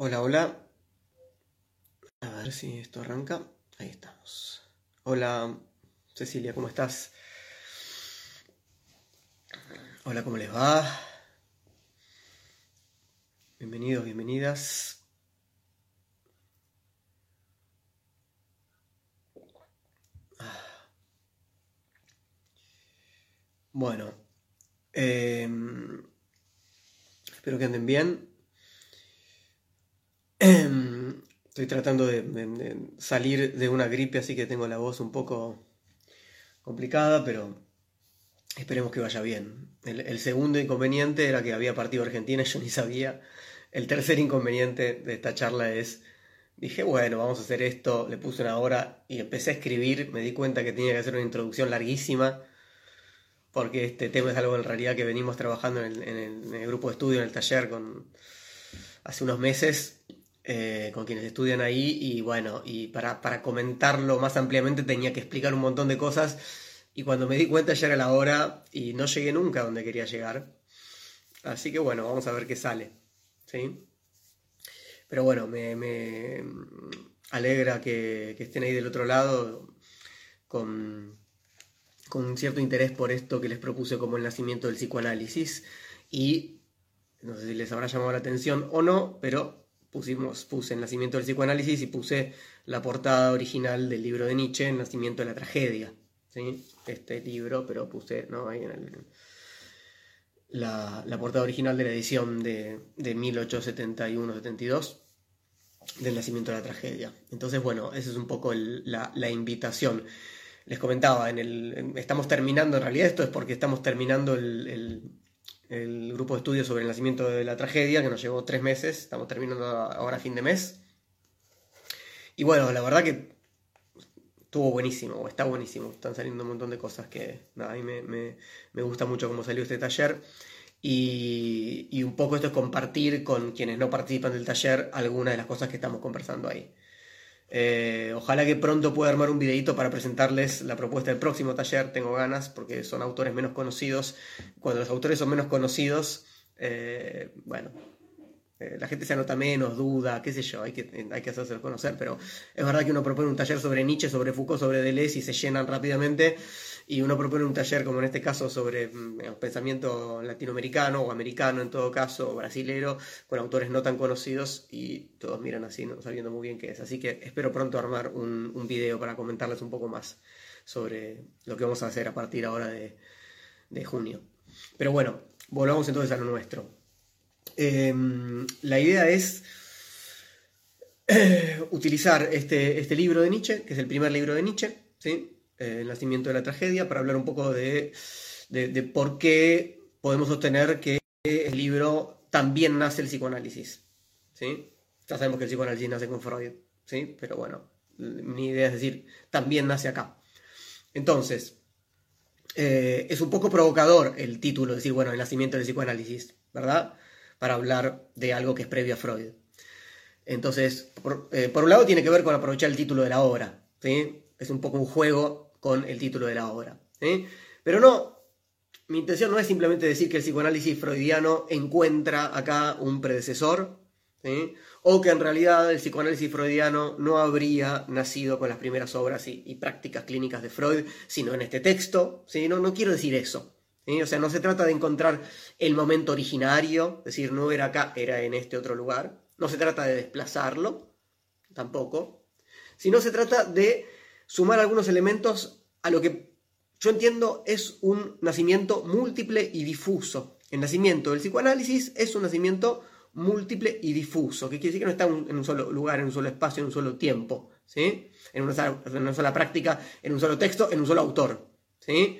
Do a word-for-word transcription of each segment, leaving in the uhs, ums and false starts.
Hola, hola. A ver si esto arranca. Ahí estamos. Hola, Cecilia, ¿cómo estás? Hola, ¿cómo les va? Bienvenidos, bienvenidas. Bueno, eh, espero que anden bien. Estoy tratando de, de- de salir de una gripe, así que tengo la voz un poco complicada, pero esperemos que vaya bien. El, el segundo inconveniente era que había partido Argentina y yo ni sabía. El tercer inconveniente de esta charla es, dije, bueno, vamos a hacer esto, le puse una hora y empecé a escribir, me di cuenta que tenía que hacer una introducción larguísima, porque este tema es algo en realidad que venimos trabajando en el, en el- en el grupo de estudio, en el taller, con, hace unos meses, eh, con quienes estudian ahí, y bueno, y para, para comentarlo más ampliamente tenía que explicar un montón de cosas, y cuando me di cuenta ya era la hora, y no llegué nunca a donde quería llegar. Así que bueno, vamos a ver qué sale, ¿sí? Pero bueno, me, me alegra que, que estén ahí del otro lado con, con un cierto interés por esto que les propuse como el nacimiento del psicoanálisis. Y no sé si les habrá llamado la atención o no, pero pusimos, puse el nacimiento del psicoanálisis y puse la portada original del libro de Nietzsche, El nacimiento de la tragedia. ¿Sí? Este libro, pero puse, ¿no? Ahí en el, la, la portada original de la edición de, de mil ochocientos setenta y uno setenta y dos del nacimiento de la tragedia. Entonces, bueno, esa es un poco el, la, la invitación. Les comentaba, en el, en, estamos terminando, en realidad esto es porque estamos terminando el, el, el grupo de estudio sobre el nacimiento de la tragedia, que nos llevó tres meses, estamos terminando ahora a fin de mes. Y bueno, la verdad que estuvo buenísimo, o está buenísimo, están saliendo un montón de cosas que nada, a mí me, me, me gusta mucho cómo salió este taller. Y, y un poco esto es compartir con quienes no participan del taller algunas de las cosas que estamos conversando ahí. Eh, ojalá que pronto pueda armar un videito para presentarles la propuesta del próximo taller, tengo ganas, porque son autores menos conocidos. Cuando los autores son menos conocidos, eh, bueno, eh, la gente se anota menos, duda, qué sé yo, hay que, hay que hacerse conocer, pero es verdad que uno propone un taller sobre Nietzsche, sobre Foucault, sobre Deleuze y se llenan rápidamente, y uno propone un taller como en este caso sobre digamos, pensamiento latinoamericano o americano en todo caso, o brasilero, con autores no tan conocidos y todos miran así, no sabiendo muy bien qué es. Así que espero pronto armar un, un video para comentarles un poco más sobre lo que vamos a hacer a partir ahora de, de junio. Pero bueno, volvamos entonces a lo nuestro. Eh, la idea es eh, utilizar este, este libro de Nietzsche, que es el primer libro de Nietzsche, ¿sí? Eh, el nacimiento de la tragedia, para hablar un poco de, de, de por qué podemos sostener que en el libro también nace el psicoanálisis, ¿sí? Ya sabemos que el psicoanálisis nace con Freud, ¿sí? Pero bueno, mi idea es decir, también nace acá. Entonces, eh, es un poco provocador el título, decir, bueno, el nacimiento del psicoanálisis, ¿verdad? Para hablar de algo que es previo a Freud. Entonces, por, eh, por un lado tiene que ver con aprovechar el título de la obra, ¿sí? Es un poco un juego con el título de la obra, ¿sí? Pero no, mi intención no es simplemente decir que el psicoanálisis freudiano encuentra acá un predecesor, ¿sí? O que en realidad el psicoanálisis freudiano no habría nacido con las primeras obras y, y prácticas clínicas de Freud, sino en este texto, ¿sí? No, no quiero decir eso, ¿sí? O sea, no se trata de encontrar el momento originario, es decir, no era acá, era en este otro lugar. No se trata de desplazarlo, tampoco, sino se trata de sumar algunos elementos a lo que yo entiendo es un nacimiento múltiple y difuso. El nacimiento del psicoanálisis es un nacimiento múltiple y difuso, que quiere decir que no está en un solo lugar, en un solo espacio, en un solo tiempo, ¿sí? En una sola, en una sola práctica, en un solo texto, en un solo autor, ¿sí?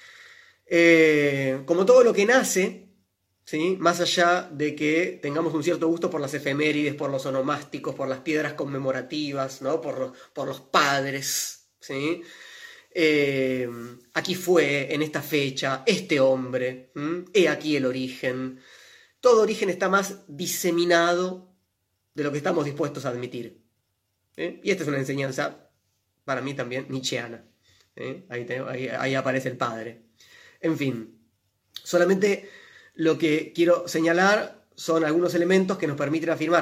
Eh, como todo lo que nace, ¿sí? Más allá de que tengamos un cierto gusto por las efemérides, por los onomásticos, por las piedras conmemorativas, ¿no? por, los, por los padres, ¿sí? Eh, aquí fue, en esta fecha, este hombre, ¿m? He aquí el origen. Todo origen está más diseminado de lo que estamos dispuestos a admitir. ¿eh? Y esta es una enseñanza, para mí también, nietzscheana. ¿eh? Ahí, te, ahí, ahí aparece el padre. En fin, solamente lo que quiero señalar son algunos elementos que nos permiten afirmar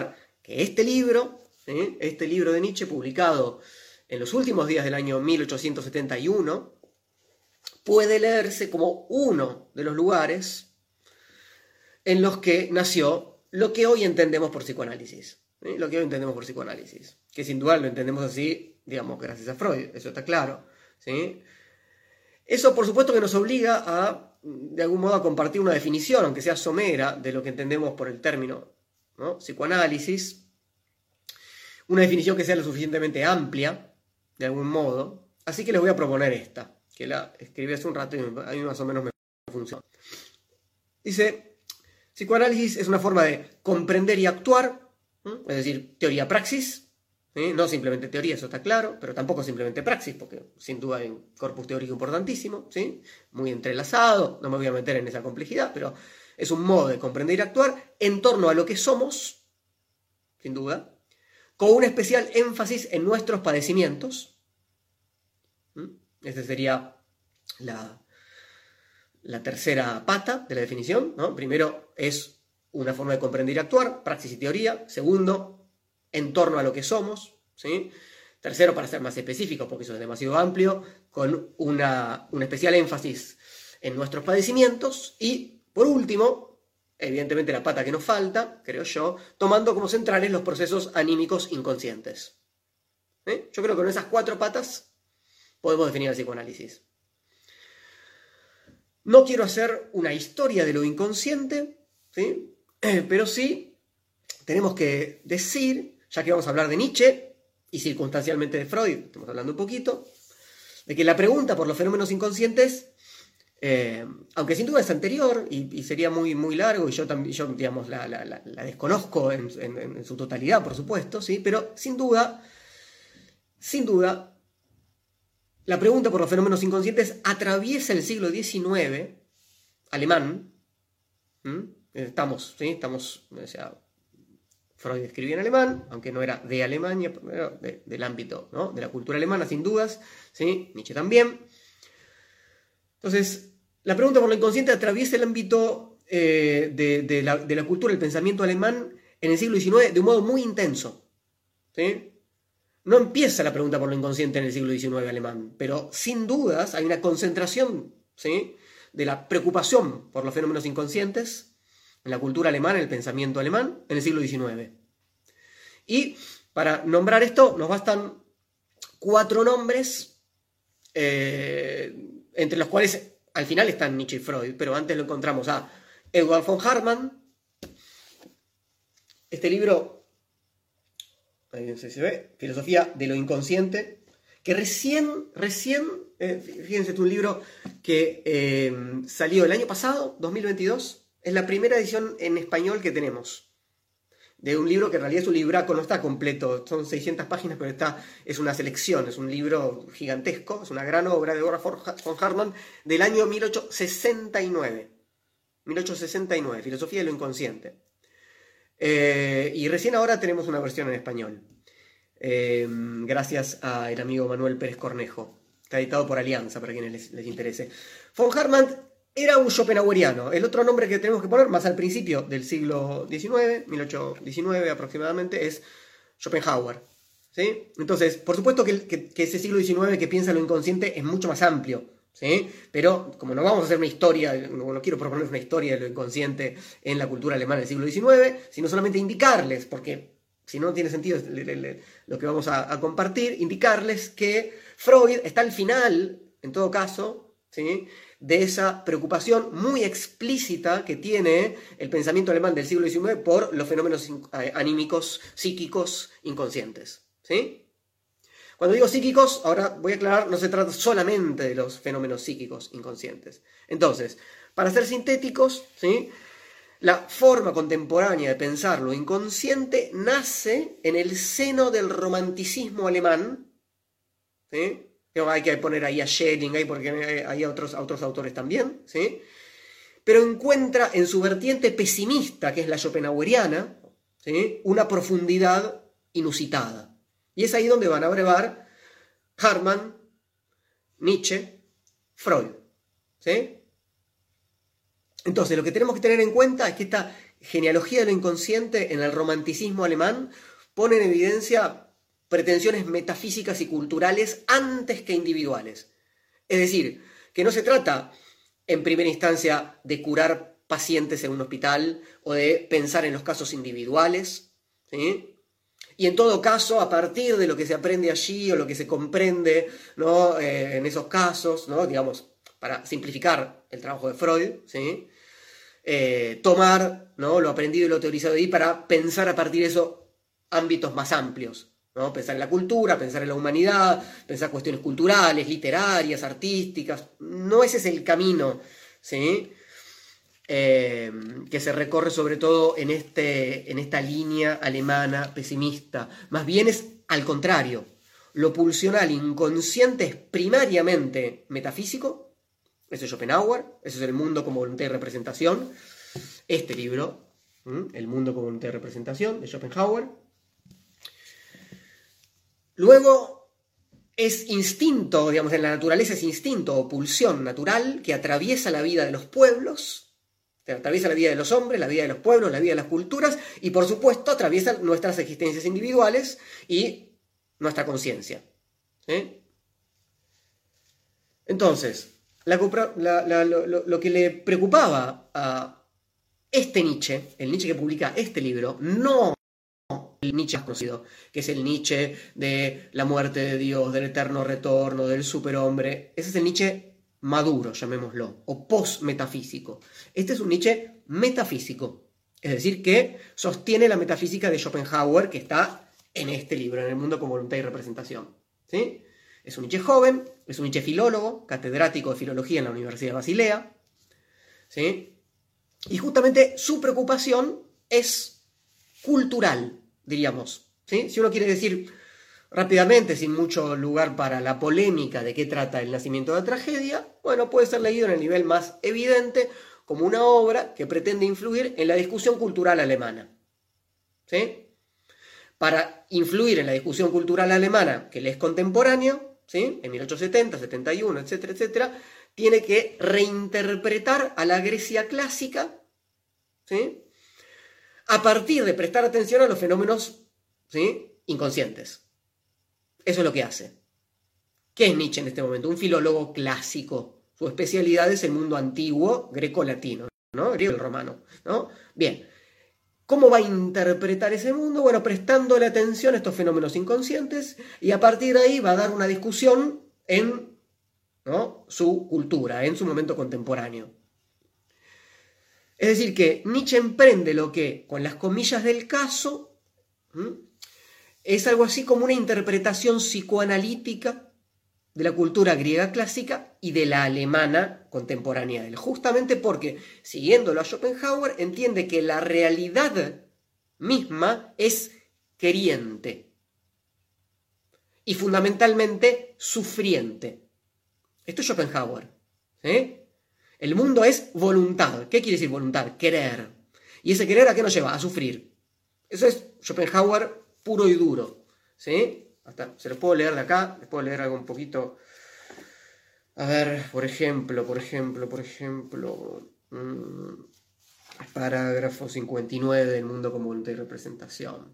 que este libro, ¿sí? este libro de Nietzsche, publicado en los últimos días del año mil ochocientos setenta y uno, puede leerse como uno de los lugares en los que nació lo que hoy entendemos por psicoanálisis. ¿Sí? Lo que hoy entendemos por psicoanálisis. Que sin duda lo entendemos así, digamos, gracias a Freud, eso está claro. ¿Sí? Eso, por supuesto, que nos obliga a, de algún modo, a compartir una definición, aunque sea somera, de lo que entendemos por el término, ¿no? psicoanálisis. Una definición que sea lo suficientemente amplia, de algún modo. Así que les voy a proponer esta, que la escribí hace un rato y a mí más o menos me funciona. Dice, psicoanálisis es una forma de comprender y actuar, ¿sí? es decir, teoría-praxis. ¿Sí? No simplemente teoría, eso está claro, pero tampoco simplemente praxis, porque sin duda hay un corpus teórico importantísimo, ¿sí? muy entrelazado, no me voy a meter en esa complejidad, pero es un modo de comprender y actuar en torno a lo que somos, sin duda, con un especial énfasis en nuestros padecimientos. ¿Mm? Esta sería la, la tercera pata de la definición, ¿no? Primero es una forma de comprender y actuar, praxis y teoría. Segundo, en torno a lo que somos, ¿sí? Tercero, para ser más específico, porque eso es demasiado amplio, con una, un especial énfasis en nuestros padecimientos. Y, por último, evidentemente la pata que nos falta, creo yo, tomando como centrales los procesos anímicos inconscientes. ¿Eh? Yo creo que con esas cuatro patas podemos definir el psicoanálisis. No quiero hacer una historia de lo inconsciente, ¿sí? Pero sí tenemos que decir, ya que vamos a hablar de Nietzsche y circunstancialmente de Freud, estamos hablando un poquito, de que la pregunta por los fenómenos inconscientes, eh, aunque sin duda es anterior y, y sería muy, muy largo, y yo también, yo, digamos, la, la, la, la desconozco en, en, en su totalidad, por supuesto, ¿sí? Pero sin duda, sin duda, la pregunta por los fenómenos inconscientes atraviesa el siglo diecinueve alemán. ¿Mm? Estamos, ¿sí? Estamos, o sea, Freud escribía en alemán, aunque no era de Alemania, pero de, del ámbito, ¿no? de la cultura alemana, sin dudas, ¿sí? Nietzsche también. Entonces, la pregunta por lo inconsciente atraviesa el ámbito eh, de, de, la, de la cultura, el pensamiento alemán en el siglo diecinueve de un modo muy intenso. ¿Sí? No empieza la pregunta por lo inconsciente en el siglo diecinueve alemán, pero sin dudas hay una concentración, ¿sí? de la preocupación por los fenómenos inconscientes en la cultura alemana, en el pensamiento alemán, en el siglo diecinueve. Y para nombrar esto nos bastan cuatro nombres, eh, entre los cuales al final están Nietzsche y Freud, pero antes lo encontramos a Eduard von Hartmann. Este libro, ahí no sé si se ve, Filosofía de lo inconsciente, que recién, recién, eh, fíjense, es un libro que eh, salió el año pasado, dos mil veintidós, es la primera edición en español que tenemos, de un libro que en realidad es un libraco, no está completo, son seiscientas páginas, pero está, es una selección, es un libro gigantesco, es una gran obra de Eduard von Hartmann del año mil ochocientos sesenta y nueve, mil ochocientos sesenta y nueve, Filosofía de lo inconsciente. Eh, y recién ahora tenemos una versión en español, eh, gracias al amigo Manuel Pérez Cornejo, está editado por Alianza, para quienes les, les interese. Von Hartmann era un schopenhaueriano, el otro nombre que tenemos que poner, más al principio del siglo diecinueve, mil ochocientos diecinueve aproximadamente, es Schopenhauer. ¿Sí? Entonces, por supuesto que, que, que ese siglo diecinueve que piensa lo inconsciente es mucho más amplio, ¿sí? Pero como no vamos a hacer una historia, no, no quiero proponer una historia de lo inconsciente en la cultura alemana del siglo diecinueve, sino solamente indicarles, porque si no, no tiene sentido le, le, le, lo que vamos a, a compartir, indicarles que Freud está al final, en todo caso, ¿sí? de esa preocupación muy explícita que tiene el pensamiento alemán del siglo diecinueve por los fenómenos anímicos, psíquicos, inconscientes. ¿Sí? Cuando digo psíquicos, ahora voy a aclarar, no se trata solamente de los fenómenos psíquicos inconscientes. Entonces, para ser sintéticos, ¿sí? la forma contemporánea de pensar lo inconsciente nace en el seno del romanticismo alemán, ¿sí? Hay que poner ahí a Schelling, ahí porque hay otros, otros autores también, ¿sí? Pero encuentra en su vertiente pesimista, que es la schopenhaueriana, ¿sí? una profundidad inusitada. Y es ahí donde van a brevar Hartmann, Nietzsche, Freud. ¿Sí? Entonces, lo que tenemos que tener en cuenta es que esta Genealogía de lo inconsciente en el romanticismo alemán pone en evidencia pretensiones metafísicas y culturales antes que individuales. Es decir, que no se trata en primera instancia de curar pacientes en un hospital o de pensar en los casos individuales, ¿sí? Y en todo caso, a partir de lo que se aprende allí o lo que se comprende, ¿no? eh, en esos casos, ¿no? digamos, para simplificar el trabajo de Freud, ¿sí? eh, tomar, ¿no? lo aprendido y lo teorizado de ahí para pensar a partir de eso ámbitos más amplios, ¿no? Pensar en la cultura, pensar en la humanidad, pensar cuestiones culturales, literarias, artísticas. No ese es el camino, ¿sí? Eh, que se recorre sobre todo en, este, en esta línea alemana pesimista. Más bien es al contrario. Lo pulsional inconsciente es primariamente metafísico. Eso es Schopenhauer. Eso es El mundo como voluntad y representación. Este libro, ¿m? El mundo como voluntad y representación, de Schopenhauer. Luego es instinto, digamos, en la naturaleza es instinto o pulsión natural que atraviesa la vida de los pueblos, que atraviesa la vida de los hombres, la vida de los pueblos, la vida de las culturas y, por supuesto, atraviesa nuestras existencias individuales y nuestra conciencia. ¿Sí? Entonces, la, la, la, lo, lo que le preocupaba a este Nietzsche, el Nietzsche que publica este libro, no el Nietzsche más conocido, que es el Nietzsche de la muerte de Dios, del eterno retorno, del superhombre. Ese es el Nietzsche maduro, llamémoslo, o post-metafísico. Este es un Nietzsche metafísico, es decir, que sostiene la metafísica de Schopenhauer, que está en este libro, en El mundo como voluntad y representación. ¿Sí? Es un Nietzsche joven, es un Nietzsche filólogo, catedrático de filología en la Universidad de Basilea. ¿Sí? Y justamente su preocupación es cultural, diríamos. ¿Sí? Si uno quiere decir rápidamente, sin mucho lugar para la polémica de qué trata El nacimiento de la tragedia, bueno, puede ser leído en el nivel más evidente como una obra que pretende influir en la discusión cultural alemana. ¿Sí? Para influir en la discusión cultural alemana, que le es contemporánea, ¿sí? En mil ochocientos setenta, setenta y uno, etcétera, etcétera, tiene que reinterpretar a la Grecia clásica, ¿sí? A partir de prestar atención a los fenómenos, ¿sí? inconscientes. Eso es lo que hace. ¿Qué es Nietzsche en este momento? Un filólogo clásico. Su especialidad es el mundo antiguo, greco-latino, ¿no? Griego y romano, ¿no? Bien. ¿Cómo va a interpretar ese mundo? Bueno, prestándole atención a estos fenómenos inconscientes y a partir de ahí va a dar una discusión en, ¿no? su cultura, en su momento contemporáneo. Es decir, que Nietzsche emprende lo que, con las comillas del caso, ¿m? es algo así como una interpretación psicoanalítica de la cultura griega clásica y de la alemana contemporánea. Justamente porque, siguiéndolo a Schopenhauer, entiende que la realidad misma es queriente y fundamentalmente sufriente. Esto es Schopenhauer. ¿Sí? El mundo es voluntad. ¿Qué quiere decir voluntad? Querer. ¿Y ese querer a qué nos lleva? A sufrir. Eso es Schopenhauer puro y duro, ¿sí? Hasta se los puedo leer de acá, les puedo leer algo un poquito. A ver, por ejemplo, por ejemplo, por ejemplo, mmm, parágrafo cincuenta y nueve del mundo como voluntad y representación.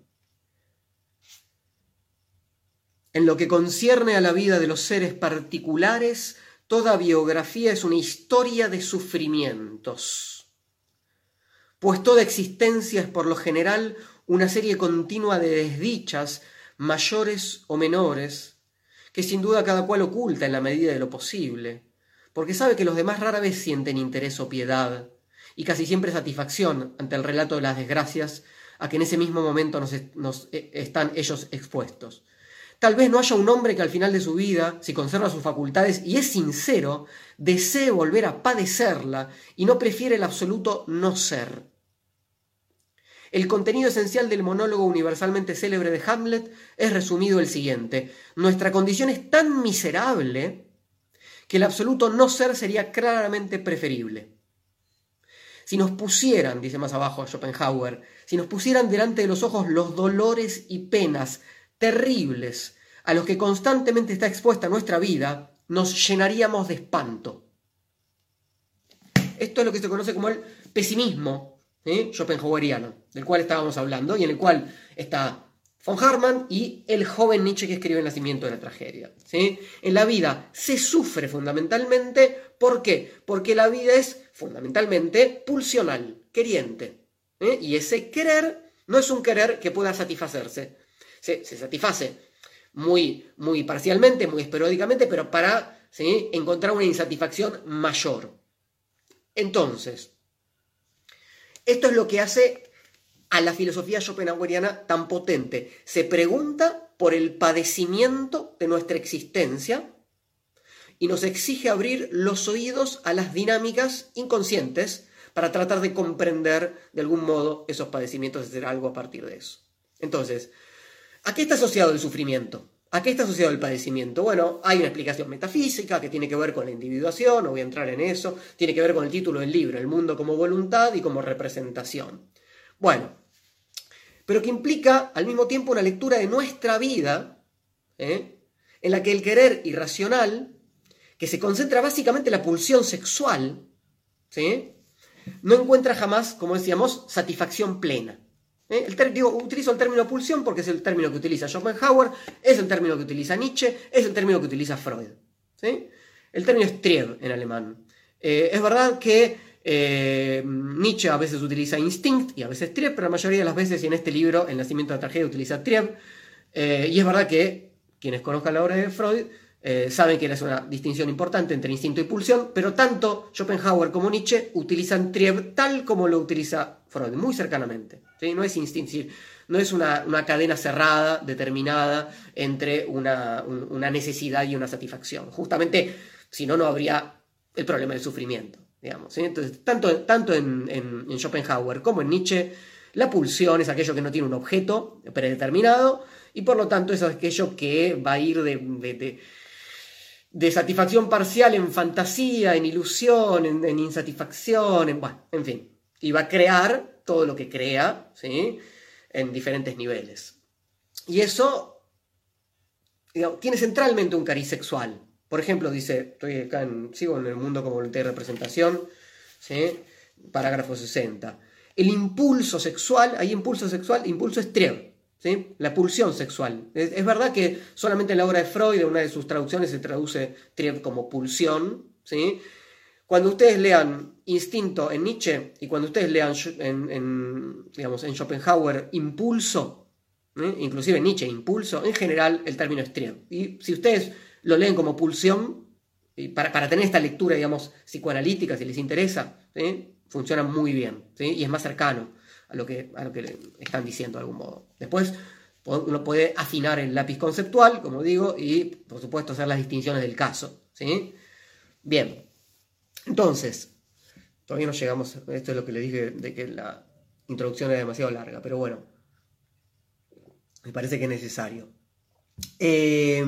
En lo que concierne a la vida de los seres particulares, toda biografía es una historia de sufrimientos, pues toda existencia es por lo general una serie continua de desdichas, mayores o menores, que sin duda cada cual oculta en la medida de lo posible, porque sabe que los demás rara vez sienten interés o piedad, y casi siempre satisfacción ante el relato de las desgracias a que en ese mismo momento nos, nos están ellos expuestos. Tal vez no haya un hombre que al final de su vida, si conserva sus facultades y es sincero, desee volver a padecerla y no prefiere el absoluto no ser. El contenido esencial del monólogo universalmente célebre de Hamlet es resumido el siguiente: nuestra condición es tan miserable que el absoluto no ser sería claramente preferible. Si nos pusieran, dice más abajo Schopenhauer, si nos pusieran delante de los ojos los dolores y penas terribles a los que constantemente está expuesta nuestra vida, nos llenaríamos de espanto. Esto es lo que se conoce como el pesimismo, ¿sí? Schopenhaueriano, del cual estábamos hablando, y en el cual está von Hartmann y el joven Nietzsche que escribe El nacimiento de la tragedia. ¿Sí? En la vida se sufre fundamentalmente, ¿por qué? Porque la vida es fundamentalmente pulsional, queriente. ¿eh? Y ese querer no es un querer que pueda satisfacerse. Se, se satisface muy, muy parcialmente, muy esporádicamente, pero para ¿sí? encontrar una insatisfacción mayor. Entonces, esto es lo que hace a la filosofía schopenhaueriana tan potente. Se pregunta por el padecimiento de nuestra existencia y nos exige abrir los oídos a las dinámicas inconscientes para tratar de comprender de algún modo esos padecimientos y hacer algo a partir de eso. Entonces, ¿a qué está asociado el sufrimiento? ¿A qué está asociado el padecimiento? Bueno, hay una explicación metafísica que tiene que ver con la individuación, no voy a entrar en eso, tiene que ver con el título del libro, El mundo como voluntad y como representación. Bueno, pero que implica al mismo tiempo una lectura de nuestra vida, ¿eh? en la que el querer irracional, que se concentra básicamente en la pulsión sexual, ¿sí? no encuentra jamás, como decíamos, satisfacción plena. ¿eh? El ter- digo, utilizo el término pulsión porque es el término que utiliza Schopenhauer, es el término que utiliza Nietzsche, es el término que utiliza Freud. ¿sí? El término es Trieb en alemán. Eh, es verdad que Eh, Nietzsche a veces utiliza instinct y a veces Trieb, pero la mayoría de las veces, y en este libro, El nacimiento de la tragedia, utiliza Trieb. Eh, y es verdad que quienes conozcan la obra de Freud eh, saben que es una distinción importante entre instinto y pulsión, pero tanto Schopenhauer como Nietzsche utilizan Trieb tal como lo utiliza Freud, muy cercanamente. ¿sí? No es instinto, no es una, una cadena cerrada, determinada, entre una, un, una necesidad y una satisfacción. Justamente, si no, no habría el problema del sufrimiento. Digamos, ¿sí? Entonces, tanto, tanto en, en, en Schopenhauer como en Nietzsche, la pulsión es aquello que no tiene un objeto predeterminado y por lo tanto es aquello que va a ir de, de, de, de satisfacción parcial en fantasía, en ilusión, en, en insatisfacción, en, bueno, en fin, y va a crear todo lo que crea, ¿sí? en diferentes niveles. Y eso digamos, tiene centralmente un cariz sexual. Por ejemplo, dice, estoy acá en, sigo en El mundo como voluntad y representación, ¿sí? parágrafo sesenta. El impulso sexual, hay impulso sexual, impulso es Trieb, ¿sí? la pulsión sexual. Es, es verdad que solamente en la obra de Freud, en una de sus traducciones, se traduce Trieb como pulsión, ¿sí? Cuando ustedes lean instinto en Nietzsche y cuando ustedes lean en, en, digamos, en Schopenhauer impulso, ¿sí? inclusive Nietzsche impulso, en general el término es Trieb. Y si ustedes lo leen como pulsión, y para, para tener esta lectura, digamos, psicoanalítica, si les interesa, ¿sí? funciona muy bien, ¿sí? y es más cercano a lo, que, a lo que le están diciendo de algún modo. Después uno puede afinar el lápiz conceptual, como digo, y por supuesto hacer las distinciones del caso. ¿sí? Bien, entonces, todavía no llegamos, esto es lo que le dije de que la introducción era demasiado larga, pero bueno, me parece que es necesario. Eh...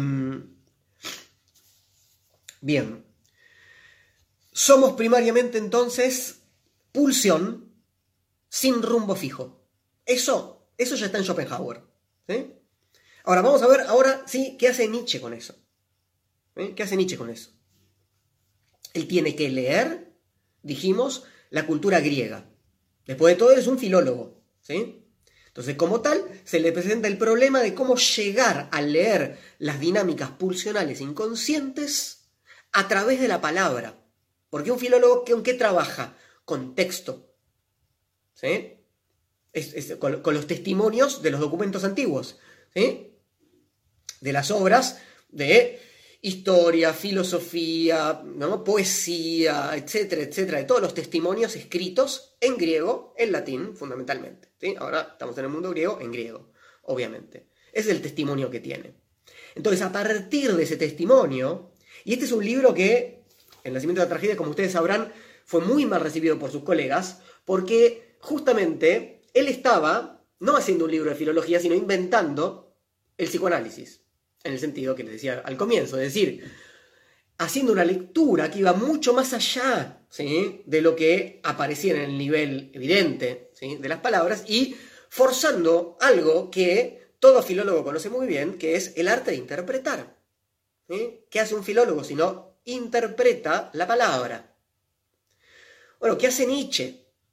Bien, somos primariamente entonces pulsión sin rumbo fijo. Eso, eso ya está en Schopenhauer. ¿sí? Ahora vamos a ver ahora sí qué hace Nietzsche con eso. ¿sí? ¿Qué hace Nietzsche con eso? Él tiene que leer, dijimos, la cultura griega. Después de todo, él es un filólogo. ¿sí? Entonces, como tal, se le presenta el problema de cómo llegar a leer las dinámicas pulsionales inconscientes a través de la palabra. Porque un filólogo, ¿con qué trabaja? Con texto. ¿Sí? Es, es, con, con los testimonios de los documentos antiguos. ¿Sí? De las obras de historia, filosofía, ¿no? poesía, etcétera, etcétera. De todos los testimonios escritos en griego, en latín, fundamentalmente. ¿Sí? Ahora estamos en el mundo griego, en griego, obviamente. Ese es el testimonio que tiene. Entonces, a partir de ese testimonio... Y este es un libro que, El nacimiento de la tragedia, como ustedes sabrán, fue muy mal recibido por sus colegas, porque justamente él estaba no haciendo un libro de filología, sino inventando el psicoanálisis, en el sentido que les decía al comienzo, es decir, haciendo una lectura que iba mucho más allá, ¿sí? de lo que aparecía en el nivel evidente, ¿sí? de las palabras, y forzando algo que todo filólogo conoce muy bien, que es el arte de interpretar. ¿Sí? ¿Qué hace un filólogo si no interpreta la palabra? Bueno, ¿qué hace Nietzsche?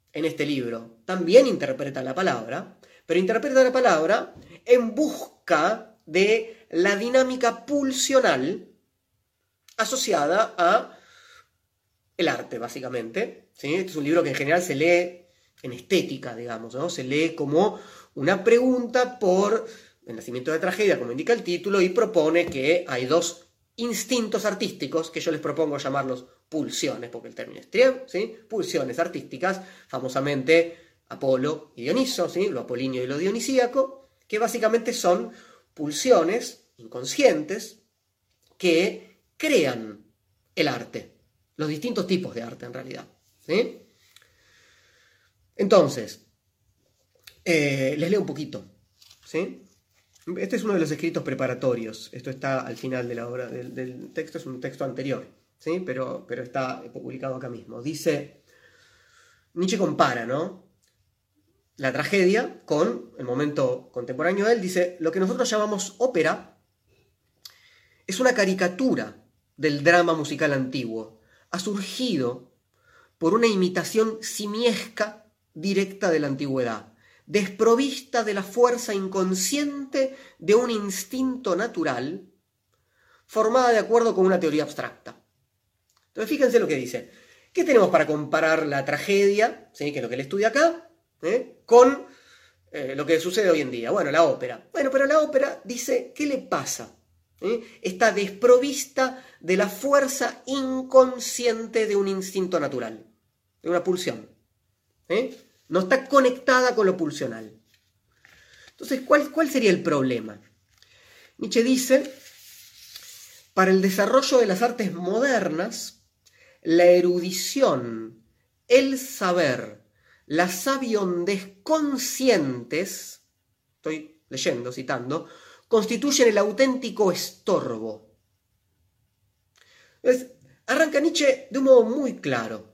en este libro también interpreta la palabra, pero interpreta la palabra en busca de la dinámica pulsional asociada a el arte, básicamente. ¿Sí? Este es un libro que en general se lee en estética, digamos, ¿no? Se lee como una pregunta por el nacimiento de la tragedia, como indica el título, y propone que hay dos instintos artísticos, que yo les propongo llamarlos pulsiones, porque el término es trier, ¿sí? Pulsiones artísticas, famosamente Apolo y Dioniso, ¿sí? Lo apolíneo y lo dionisíaco, que básicamente son pulsiones inconscientes que crean el arte, los distintos tipos de arte en realidad, ¿sí? Entonces, eh, les leo un poquito, ¿sí? Este es uno de los escritos preparatorios. Esto está al final de la obra del, del texto, es un texto anterior, ¿sí? pero, pero está publicado acá mismo. Dice, Nietzsche compara, ¿no?, la tragedia con el momento contemporáneo de él. Dice, lo que nosotros llamamos ópera es una caricatura del drama musical antiguo. Ha surgido por una imitación simiesca directa de la antigüedad, desprovista de la fuerza inconsciente de un instinto natural, formada de acuerdo con una teoría abstracta. Entonces, fíjense lo que dice. ¿Qué tenemos para comparar la tragedia, ¿sí?, que es lo que él estudia acá, ¿eh?, con eh, lo que sucede hoy en día? Bueno, la ópera. Bueno, pero la ópera dice, ¿qué le pasa? ¿Eh? Está desprovista de la fuerza inconsciente de un instinto natural, de una pulsión. ¿Eh? No está conectada con lo pulsional. Entonces, ¿cuál, cuál sería el problema? Nietzsche dice, para el desarrollo de las artes modernas, la erudición, el saber, la sabiondez conscientes, estoy leyendo, citando, constituyen el auténtico estorbo. Entonces, arranca Nietzsche de un modo muy claro.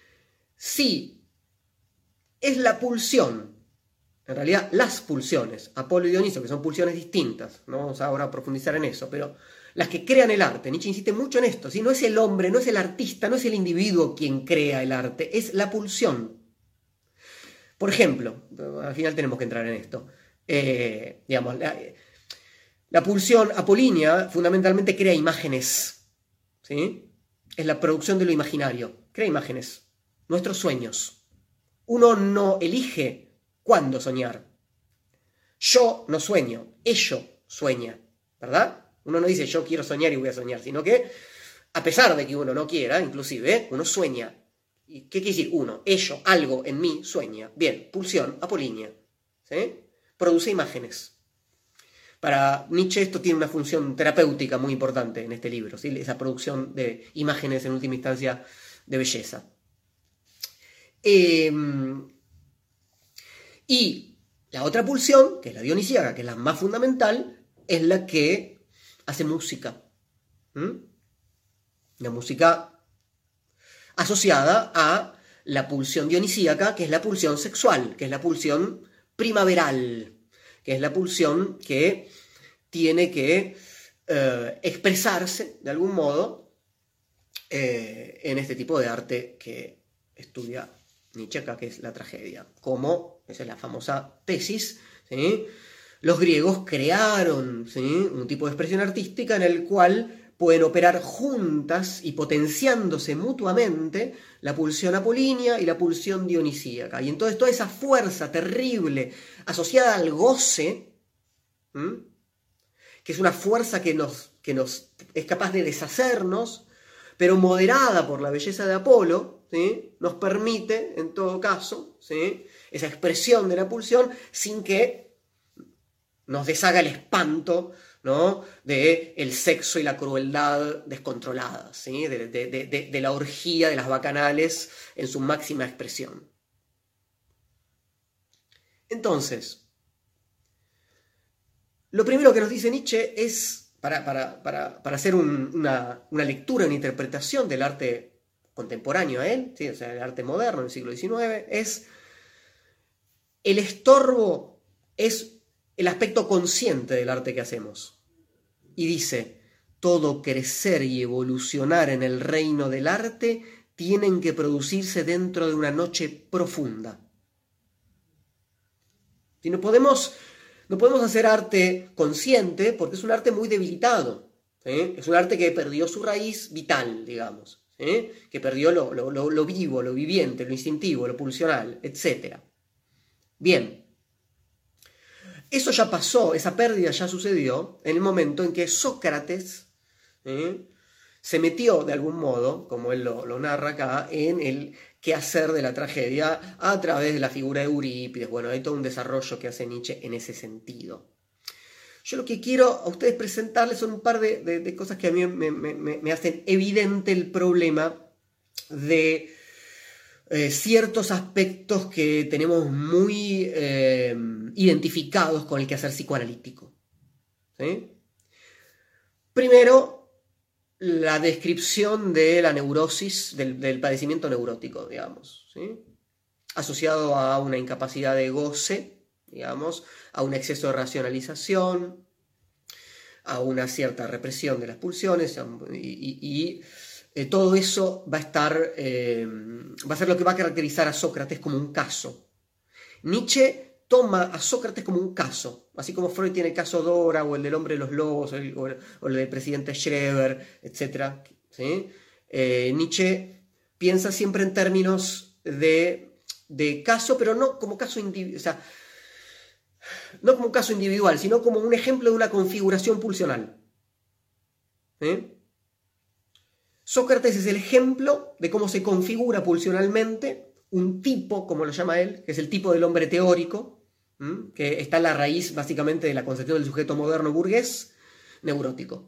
Sí, es la pulsión, en realidad las pulsiones, Apolo y Dioniso, que son pulsiones distintas, no vamos ahora a profundizar en eso, pero las que crean el arte. Nietzsche insiste mucho en esto, ¿sí? No es el hombre, no es el artista, no es el individuo quien crea el arte, es la pulsión. Por ejemplo, al final tenemos que entrar en esto, eh, digamos, la, la pulsión apolínea fundamentalmente crea imágenes, ¿sí? Es la producción de lo imaginario, crea imágenes, nuestros sueños. Uno no elige cuándo soñar. Yo no sueño, ello sueña, ¿verdad? Uno no dice yo quiero soñar y voy a soñar, sino que a pesar de que uno no quiera, inclusive, uno sueña. ¿Y qué quiere decir uno? Ello, algo en mí sueña. Bien, pulsión apolínea, ¿sí? Produce imágenes. Para Nietzsche esto tiene una función terapéutica muy importante en este libro, ¿sí? Esa producción de imágenes en última instancia de belleza. Eh, y la otra pulsión, que es la dionisíaca, que es la más fundamental, es la que hace música. ¿Mm? La música asociada a la pulsión dionisíaca, que es la pulsión sexual, que es la pulsión primaveral, que es la pulsión que tiene que eh, expresarse de algún modo eh, en este tipo de arte que estudia Nietzsche acá, que es la tragedia. Como, esa es la famosa tesis, ¿sí? Los griegos crearon, ¿sí?, un tipo de expresión artística en el cual pueden operar juntas y potenciándose mutuamente la pulsión apolínea y la pulsión dionisíaca. Y entonces toda esa fuerza terrible asociada al goce, ¿m?, que es una fuerza que nos, que nos es capaz de deshacernos, pero moderada por la belleza de Apolo, ¿sí?, nos permite, en todo caso, ¿sí?, esa expresión de la pulsión sin que nos deshaga el espanto, ¿no?, de el sexo y la crueldad descontroladas, ¿sí?, de, de, de, de la orgía de las bacanales en su máxima expresión. Entonces, lo primero que nos dice Nietzsche es, para, para, para, para hacer un, una, una lectura, una interpretación del arte contemporáneo a él, ¿sí?, o sea, el arte moderno del siglo diecinueve, es el estorbo es el aspecto consciente del arte que hacemos. Y dice, todo crecer y evolucionar en el reino del arte tienen que producirse dentro de una noche profunda. Si no podemos, no podemos hacer arte consciente porque es un arte muy debilitado. ¿Sí? Es un arte que perdió su raíz vital, digamos. ¿Sí? Que perdió lo, lo, lo, lo vivo, lo viviente, lo instintivo, lo pulsional, etcétera. Bien. Eso ya pasó, esa pérdida ya sucedió en el momento en que Sócrates ¿eh? se metió de algún modo, como él lo, lo narra acá, en el quehacer de la tragedia a través de la figura de Eurípides. Bueno, hay todo un desarrollo que hace Nietzsche en ese sentido. Yo lo que quiero a ustedes presentarles son un par de, de, de cosas que a mí me, me, me hacen evidente el problema de eh, ciertos aspectos que tenemos muy eh, identificados con el quehacer psicoanalítico. ¿Sí? Primero, la descripción de la neurosis, del, del padecimiento neurótico, digamos, ¿sí? Asociado a una incapacidad de goce, digamos, a un exceso de racionalización, a una cierta represión de las pulsiones, y, y, y eh, todo eso va a estar, eh, va a ser lo que va a caracterizar a Sócrates como un caso. Nietzsche toma a Sócrates como un caso, así como Freud tiene el caso Dora, o el del hombre de los lobos, o el, o el, o el del presidente Schreber, etcétera. ¿Sí? Eh, Nietzsche piensa siempre en términos de, de caso, pero no como caso individual, o sea, no como un caso individual, sino como un ejemplo de una configuración pulsional. ¿Sí? Sócrates es el ejemplo de cómo se configura pulsionalmente un tipo, como lo llama él, que es el tipo del hombre teórico, ¿m? que está en la raíz básicamente de la concepción del sujeto moderno burgués, neurótico.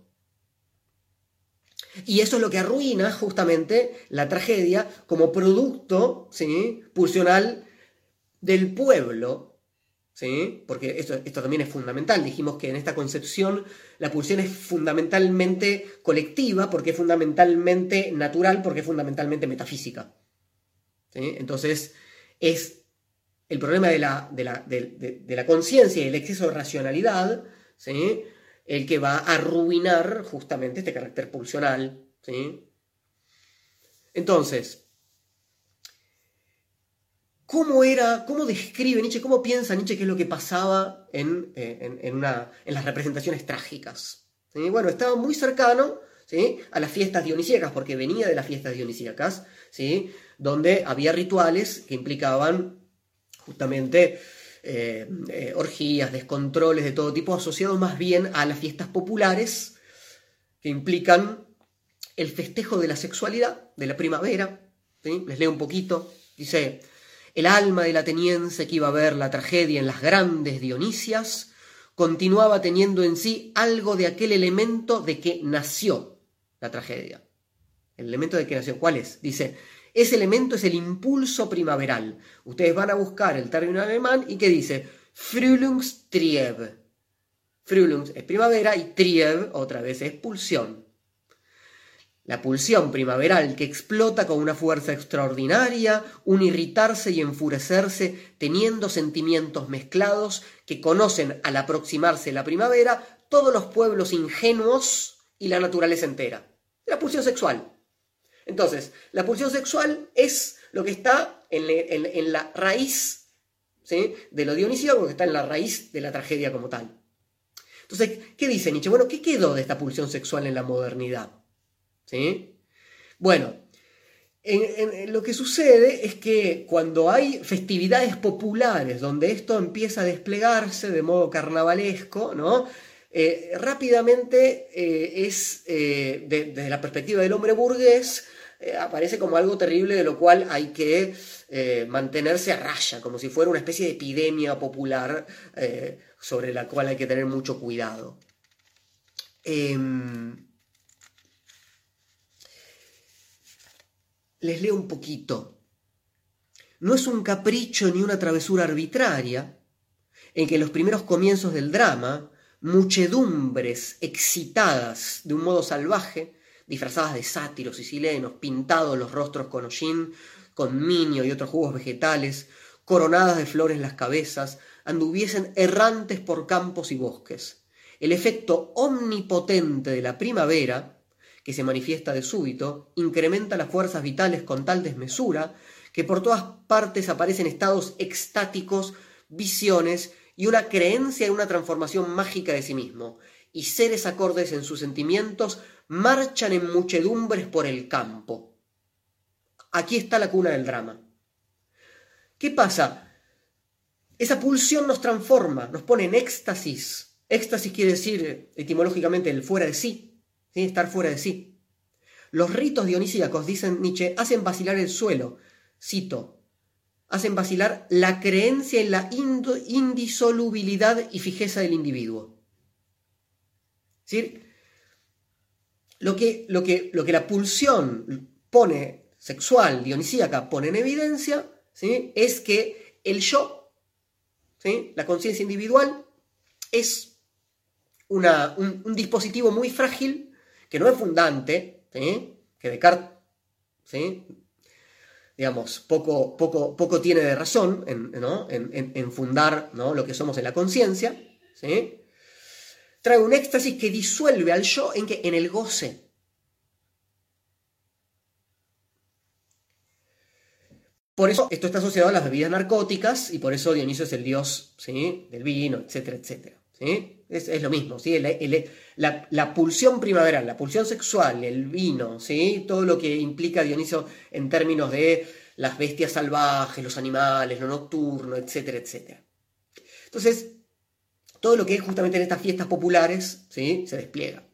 Y eso es lo que arruina justamente la tragedia como producto, ¿sí? pulsional del pueblo, ¿sí? Porque esto, esto también es fundamental. Dijimos que en esta concepción la pulsión es fundamentalmente colectiva, porque es fundamentalmente natural, porque es fundamentalmente metafísica. ¿Sí? Entonces, es el problema de la, de la, de, de, de la conciencia y el exceso de racionalidad, ¿sí? el que va a arruinar justamente este carácter pulsional. ¿Sí? Entonces, ¿cómo era, cómo describe Nietzsche, cómo piensa Nietzsche qué es lo que pasaba en, en, en, una, en las representaciones trágicas? ¿Sí? Bueno, estaba muy cercano, ¿sí? a las fiestas dionisíacas, porque venía de las fiestas dionisíacas, ¿sí? donde había rituales que implicaban justamente eh, eh, orgías, descontroles de todo tipo, asociados más bien a las fiestas populares, que implican el festejo de la sexualidad, de la primavera. ¿Sí? Les leo un poquito. Dice: el alma del ateniense que iba a ver la tragedia en las grandes Dionisias continuaba teniendo en sí algo de aquel elemento de que nació la tragedia. ¿El elemento de que nació cuál es? Dice: ese elemento es el impulso primaveral. Ustedes van a buscar el término alemán y que dice Frühlingstrieb. Frühlings es primavera y Trieb otra vez es pulsión. La pulsión primaveral que explota con una fuerza extraordinaria, un irritarse y enfurecerse, teniendo sentimientos mezclados que conocen al aproximarse la primavera todos los pueblos ingenuos y la naturaleza entera. La pulsión sexual. Entonces, la pulsión sexual es lo que está en, le, en, en la raíz, ¿sí? de lo dionisíaco, que está en la raíz de la tragedia como tal. Entonces, ¿qué dice Nietzsche? Bueno, ¿qué quedó de esta pulsión sexual en la modernidad? ¿Sí? Bueno, en, en, en lo que sucede es que cuando hay festividades populares donde esto empieza a desplegarse de modo carnavalesco, ¿no? Eh, rápidamente eh, es, eh, de, desde la perspectiva del hombre burgués, eh, aparece como algo terrible de lo cual hay que eh, mantenerse a raya, como si fuera una especie de epidemia popular eh, sobre la cual hay que tener mucho cuidado. Eh, les leo un poquito. No es un capricho ni una travesura arbitraria en que en los primeros comienzos del drama muchedumbres excitadas de un modo salvaje, disfrazadas de sátiros y silenos, pintados los rostros con hollín, con minio y otros jugos vegetales, coronadas de flores las cabezas, anduviesen errantes por campos y bosques. El efecto omnipotente de la primavera, que se manifiesta de súbito, incrementa las fuerzas vitales con tal desmesura que por todas partes aparecen estados extáticos, visiones y una creencia en una transformación mágica de sí mismo, y seres acordes en sus sentimientos marchan en muchedumbres por el campo. Aquí está la cuna del drama. ¿Qué pasa? Esa pulsión nos transforma, nos pone en éxtasis. Éxtasis quiere decir etimológicamente el fuera de sí, ¿sí? Estar fuera de sí. Los ritos dionisíacos, dicen Nietzsche, hacen vacilar el suelo. Cito, hacen vacilar la creencia en la indisolubilidad y fijeza del individuo. Es decir, lo que, lo que, lo que la pulsión pone, sexual, dionisíaca, pone en evidencia, ¿sí? Es que el yo, ¿sí? La conciencia individual, es una, un, un dispositivo muy frágil, que no es fundante, ¿sí? Que Descartes, ¿sí? digamos, poco, poco, poco tiene de razón en, ¿no? en, en, en fundar, ¿no? lo que somos en la conciencia, ¿sí? Trae un éxtasis que disuelve al yo en, que, en el goce. Por eso esto está asociado a las bebidas narcóticas y por eso Dioniso es el dios, ¿sí? del vino, etcétera, etcétera. ¿Sí? Es, es lo mismo, ¿sí? el, el, la, la pulsión primaveral, la pulsión sexual, el vino, ¿sí? todo lo que implica Dioniso en términos de las bestias salvajes, los animales, lo nocturno, etcétera, etcétera. Entonces, todo lo que es justamente en estas fiestas populares, ¿sí? se despliega.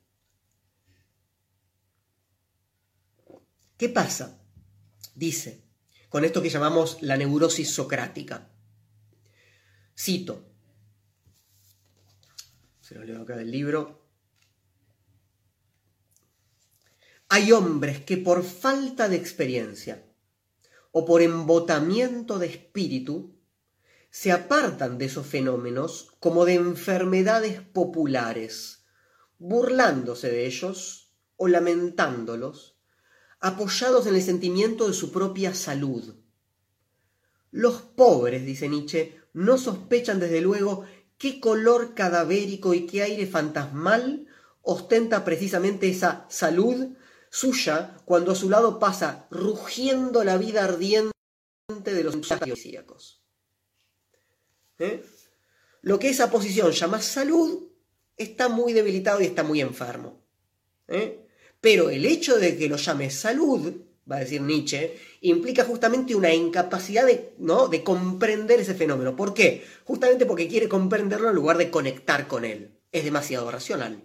¿Qué pasa? Dice, con esto que llamamos la neurosis socrática. Cito. Se lo leo acá del libro. Hay hombres que por falta de experiencia o por embotamiento de espíritu se apartan de esos fenómenos como de enfermedades populares, burlándose de ellos o lamentándolos, apoyados en el sentimiento de su propia salud. Los pobres, dice Nietzsche, no sospechan desde luego qué color cadavérico y qué aire fantasmal ostenta precisamente esa salud suya cuando a su lado pasa rugiendo la vida ardiente de los dionisíacos. ¿Eh? Lo que esa posición llama salud está muy debilitado y está muy enfermo. ¿Eh? Pero el hecho de que lo llame salud, va a decir Nietzsche, implica justamente una incapacidad de, ¿no? de comprender ese fenómeno. ¿Por qué? Justamente porque quiere comprenderlo en lugar de conectar con él. Es demasiado racional.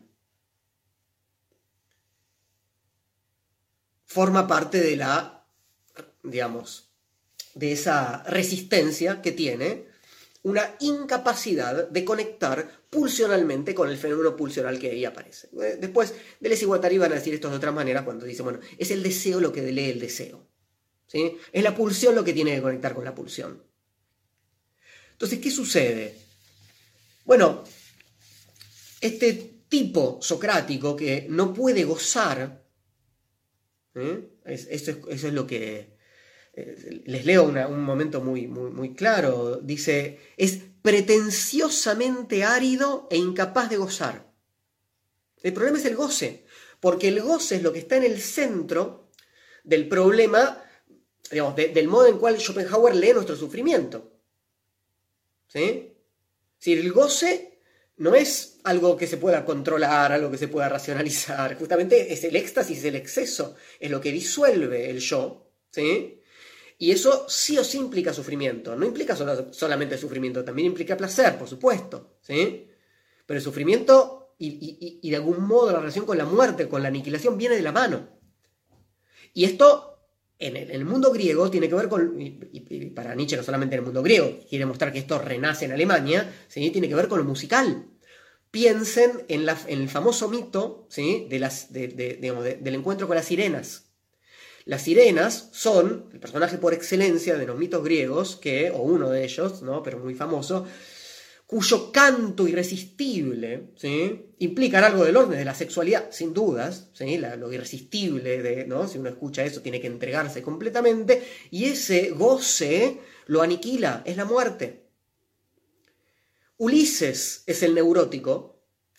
Forma parte de la, digamos, de esa resistencia que tiene una incapacidad de conectar pulsionalmente con el fenómeno pulsional que ahí aparece. Después, Deleuze y Guattari van a decir esto de otra manera cuando dice, bueno, es el deseo lo que lee el deseo. ¿Sí? Es la pulsión lo que tiene que conectar con la pulsión. Entonces, ¿qué sucede? Bueno, este tipo socrático que no puede gozar, ¿eh? es, eso, es, eso es lo que... Les leo una, un momento muy, muy, muy claro. Dice, es pretenciosamente árido e incapaz de gozar. El problema es el goce, porque el goce es lo que está en el centro del problema, digamos, de, del modo en cual Schopenhauer lee nuestro sufrimiento. ¿Sí? Si el goce no es algo que se pueda controlar, algo que se pueda racionalizar, justamente es el éxtasis, el exceso, es lo que disuelve el yo, ¿sí? Y eso sí o sí implica sufrimiento. No implica solo, solamente sufrimiento, también implica placer, por supuesto, ¿sí? Pero el sufrimiento y, y, y de algún modo la relación con la muerte, con la aniquilación, viene de la mano. Y esto, en el, en el mundo griego, tiene que ver con, y, y para Nietzsche no solamente en el mundo griego, quiere mostrar que esto renace en Alemania, ¿sí? Tiene que ver con lo musical. Piensen en, la, en el famoso mito, ¿sí? de las, de, de, digamos, de, del encuentro con las sirenas. Las sirenas son el personaje por excelencia de los mitos griegos, que, o uno de ellos, ¿no? pero muy famoso, cuyo canto irresistible, ¿sí? implica algo del orden de la sexualidad, sin dudas, ¿sí? la, lo irresistible, de, ¿no? si uno escucha eso tiene que entregarse completamente, y ese goce lo aniquila, es la muerte. Ulises es el neurótico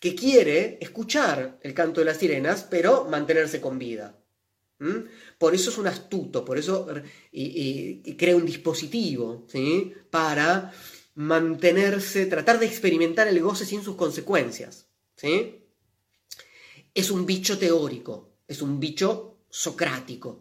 que quiere escuchar el canto de las sirenas, pero mantenerse con vida. ¿Mm? Por eso es un astuto, por eso y, y, y crea un dispositivo, ¿sí? Para mantenerse, tratar de experimentar el goce sin sus consecuencias, ¿sí? Es un bicho teórico, es un bicho socrático.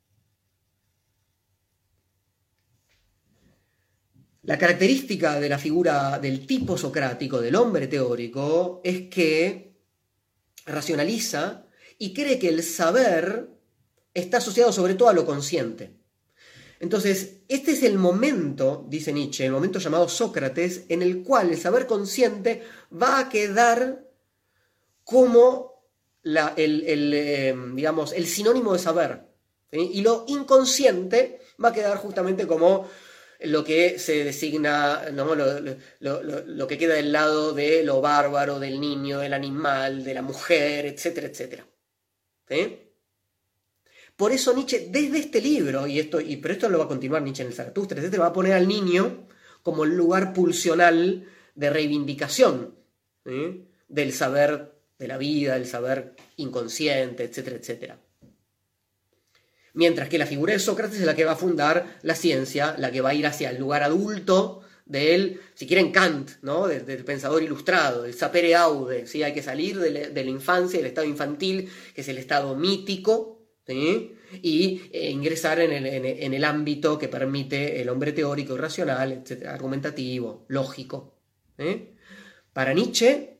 La característica de la figura del tipo socrático, del hombre teórico, es que racionaliza y cree que el saber está asociado sobre todo a lo consciente. Entonces, este es el momento, dice Nietzsche, el momento llamado Sócrates, en el cual el saber consciente va a quedar como la, el, el, eh, digamos, el sinónimo de saber, ¿sí? Y lo inconsciente va a quedar justamente como lo que se designa, ¿no? lo, lo, lo, lo que queda del lado de lo bárbaro, del niño, del animal, de la mujer, etcétera, etcétera. ¿Sí? Por eso Nietzsche, desde este libro, y esto, y, pero esto lo va a continuar Nietzsche en el Zaratustra, etcétera, va a poner al niño como el lugar pulsional de reivindicación, ¿sí? Del saber de la vida, del saber inconsciente, etcétera, etcétera. Mientras que la figura de Sócrates es la que va a fundar la ciencia, la que va a ir hacia el lugar adulto del, si quieren, Kant, ¿no? Del, del pensador ilustrado, del sapere aude, ¿sí? Hay que salir de la, de la infancia, del estado infantil, que es el estado mítico, ¿sí? Y eh, ingresar en el, en, en el ámbito que permite el hombre teórico y racional, etcétera, argumentativo, lógico. ¿Sí? Para Nietzsche,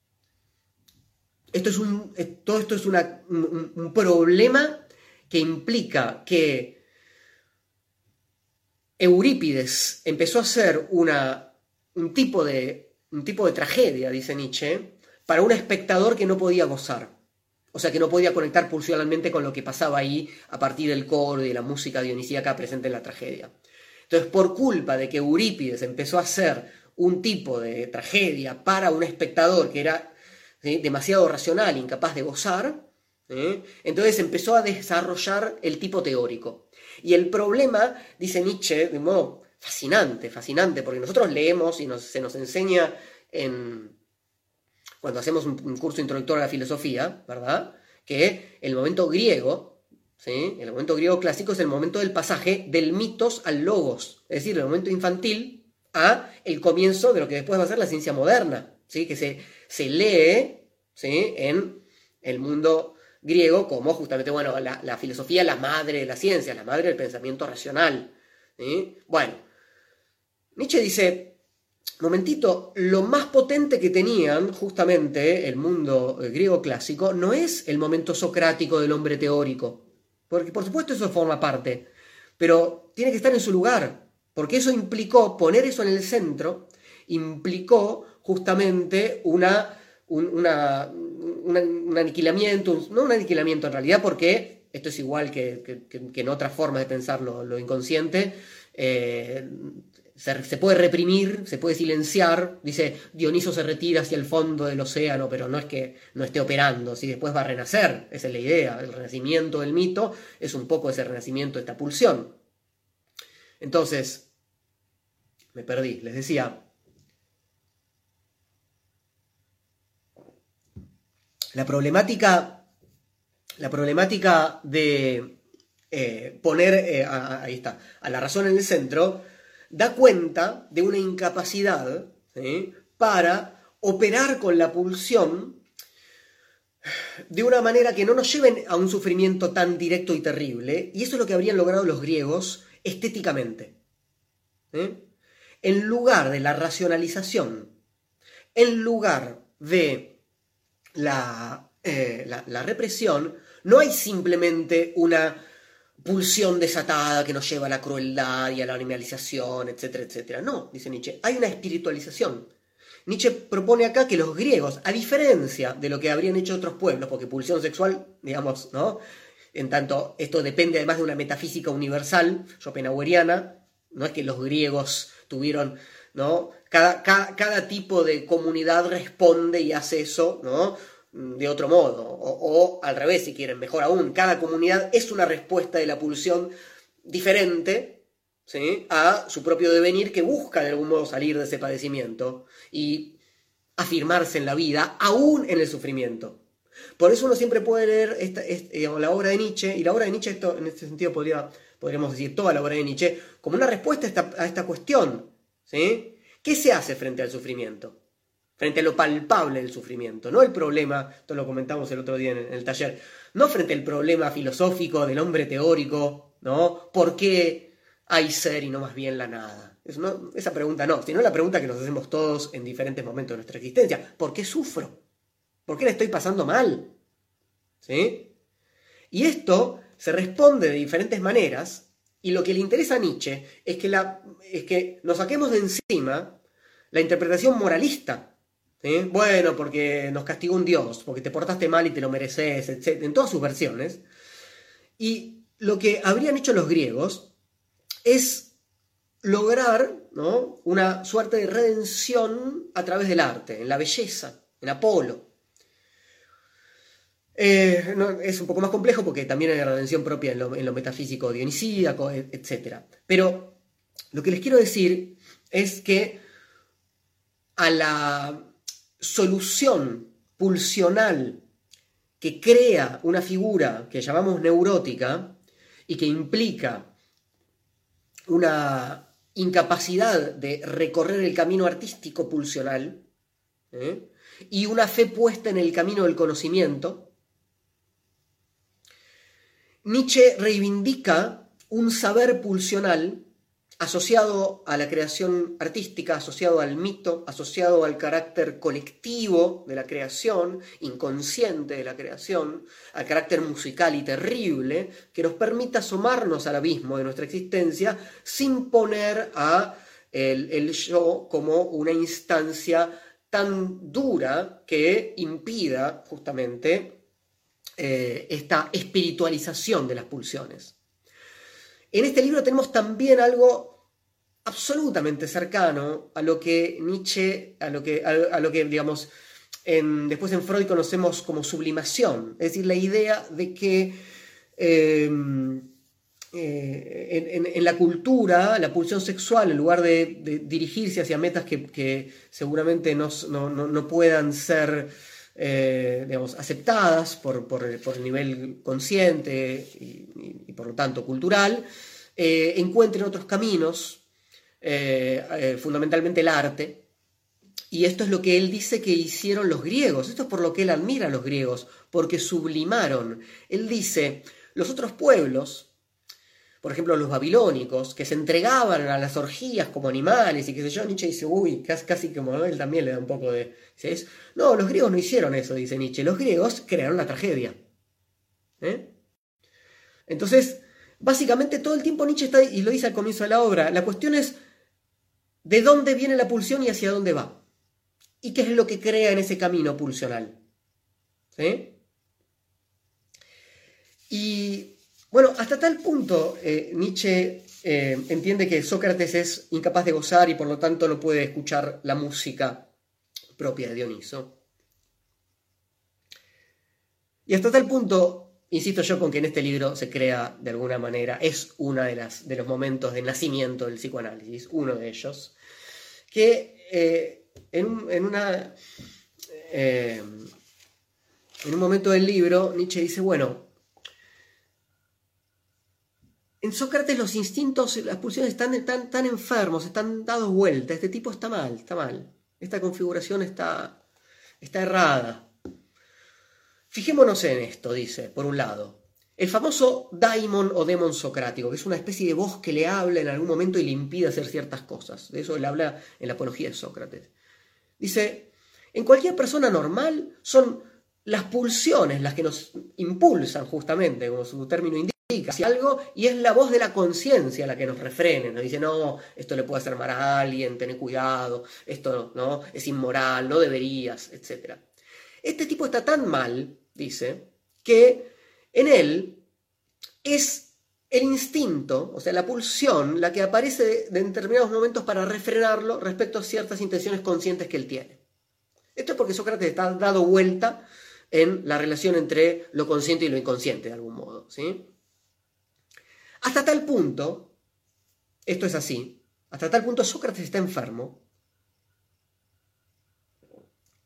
esto es un, todo esto es una, un, un problema que implica que Eurípides empezó a hacer una, un, tipo de, un tipo de tragedia, dice Nietzsche, para un espectador que no podía gozar. O sea, que no podía conectar pulsionalmente con lo que pasaba ahí a partir del coro y de la música dionisíaca presente en la tragedia. Entonces, por culpa de que Eurípides empezó a hacer un tipo de tragedia para un espectador que era, ¿sí?, demasiado racional, incapaz de gozar, ¿sí?, entonces empezó a desarrollar el tipo teórico. Y el problema, dice Nietzsche, de modo fascinante, fascinante, porque nosotros leemos y nos, se nos enseña en... cuando hacemos un curso introductorio a la filosofía, ¿verdad?, que el momento griego, ¿sí?, el momento griego clásico es el momento del pasaje del mitos al logos, es decir, el momento infantil a el comienzo de lo que después va a ser la ciencia moderna, ¿sí?, que se, se lee, ¿sí?, en el mundo griego como justamente, bueno, la, la filosofía, la madre de la ciencia, la madre del pensamiento racional, ¿sí? Bueno, Nietzsche dice... momentito, lo más potente que tenían justamente el mundo griego clásico no es el momento socrático del hombre teórico, porque por supuesto eso forma parte, pero tiene que estar en su lugar, porque eso implicó, poner eso en el centro, implicó justamente una, un, una, una, un aniquilamiento, un, no un aniquilamiento en realidad, porque esto es igual que, que, que en otras formas de pensar lo, lo inconsciente, eh, Se, se puede reprimir, se puede silenciar. Dice, Dioniso se retira hacia el fondo del océano, pero no es que no esté operando, ¿sí? Después va a renacer, esa es la idea. El renacimiento del mito es un poco ese renacimiento de esta pulsión. Entonces, me perdí, les decía, la problemática, la problemática de eh, poner, eh, a, ahí está, a la razón en el centro, da cuenta de una incapacidad, ¿sí?, para operar con la pulsión de una manera que no nos lleven a un sufrimiento tan directo y terrible, y eso es lo que habrían logrado los griegos estéticamente. ¿Sí? En lugar de la racionalización, en lugar de la, eh, la, la represión, no hay simplemente una pulsión desatada que nos lleva a la crueldad y a la animalización, etcétera, etcétera. No, dice Nietzsche, hay una espiritualización. Nietzsche propone acá que los griegos, a diferencia de lo que habrían hecho otros pueblos, porque pulsión sexual, digamos, ¿no?, en tanto esto depende además de una metafísica universal, schopenhaueriana, no es que los griegos tuvieron, ¿no?, cada, cada, cada tipo de comunidad responde y hace eso, ¿no?, de otro modo, o, o al revés, si quieren, mejor aún, cada comunidad es una respuesta de la pulsión diferente, ¿sí?, a su propio devenir, que busca de algún modo salir de ese padecimiento. Y afirmarse en la vida, aún en el sufrimiento. Por eso uno siempre puede leer esta, esta, digamos, la obra de Nietzsche, y la obra de Nietzsche, esto, en este sentido podría, podríamos decir toda la obra de Nietzsche, como una respuesta a esta, a esta cuestión, ¿sí? ¿Qué se hace frente al sufrimiento? Frente a lo palpable del sufrimiento, no el problema, esto lo comentamos el otro día en el taller, no frente al problema filosófico del hombre teórico, ¿no? ¿Por qué hay ser y no más bien la nada? Eso no, esa pregunta no, sino la pregunta que nos hacemos todos en diferentes momentos de nuestra existencia. ¿Por qué sufro? ¿Por qué la estoy pasando mal? ¿Sí? Y esto se responde de diferentes maneras, y lo que le interesa a Nietzsche es que, la, es que nos saquemos de encima la interpretación moralista. ¿Sí? Bueno, porque nos castigó un Dios, porque te portaste mal y te lo mereces, etcétera, en todas sus versiones. Y lo que habrían hecho los griegos es lograr, ¿no?, una suerte de redención a través del arte, en la belleza, en Apolo. Eh, no, es un poco más complejo porque también hay redención propia en lo, en lo metafísico dionisíaco, etcétera. Pero lo que les quiero decir es que a la solución pulsional que crea una figura que llamamos neurótica y que implica una incapacidad de recorrer el camino artístico pulsional, ¿eh?, y una fe puesta en el camino del conocimiento, Nietzsche reivindica un saber pulsional asociado a la creación artística, asociado al mito, asociado al carácter colectivo de la creación, inconsciente de la creación, al carácter musical y terrible, que nos permita asomarnos al abismo de nuestra existencia sin poner a el, el yo como una instancia tan dura que impida justamente eh, esta espiritualización de las pulsiones. En este libro tenemos también algo absolutamente cercano a lo que Nietzsche, a lo que, a, a lo que digamos, en, después en Freud conocemos como sublimación, es decir, la idea de que eh, eh, en, en, en la cultura, la pulsión sexual, en lugar de, de dirigirse hacia metas que, que seguramente no, no, no puedan ser Eh, digamos, aceptadas por, por, por el nivel consciente y, y, y por lo tanto cultural, eh, encuentren otros caminos, eh, eh, fundamentalmente el arte, y esto es lo que él dice que hicieron los griegos, esto es por lo que él admira a los griegos, porque sublimaron. Él dice, los otros pueblos, por ejemplo los babilónicos, que se entregaban a las orgías como animales y qué sé yo, Nietzsche dice, uy, casi, casi como ¿no? Él también le da un poco de... ¿sí? No, los griegos no hicieron eso, dice Nietzsche, los griegos crearon la tragedia. ¿Eh? Entonces, básicamente todo el tiempo Nietzsche está, y lo dice al comienzo de la obra, la cuestión es de dónde viene la pulsión y hacia dónde va. Y qué es lo que crea en ese camino pulsional. ¿Sí? Y... bueno, hasta tal punto eh, Nietzsche eh, entiende que Sócrates es incapaz de gozar y por lo tanto no puede escuchar la música propia de Dioniso. Y hasta tal punto, insisto yo con que en este libro se crea de alguna manera, es uno de, las, de los momentos de nacimiento del psicoanálisis, uno de ellos, que eh, en, en, una, eh, en un momento del libro Nietzsche dice, bueno, en Sócrates los instintos, las pulsiones están tan, tan enfermos, están dados vuelta. Este tipo está mal, está mal. Esta configuración está, está errada. Fijémonos en esto, dice, por un lado. El famoso daimon o demon socrático, que es una especie de voz que le habla en algún momento y le impide hacer ciertas cosas. De eso le habla en la apología de Sócrates. Dice, en cualquier persona normal son las pulsiones las que nos impulsan justamente, como su término indica, hacia algo, y es la voz de la conciencia la que nos refrena, nos dice, no, esto le puede hacer mal a alguien, ten cuidado, esto no es inmoral, no deberías, etcétera. Este tipo está tan mal, dice, que en él es el instinto, o sea, la pulsión, la que aparece en determinados momentos para refrenarlo respecto a ciertas intenciones conscientes que él tiene. Esto es porque Sócrates está dado vuelta en la relación entre lo consciente y lo inconsciente, de algún modo, ¿sí? Hasta tal punto, esto es así, hasta tal punto Sócrates está enfermo,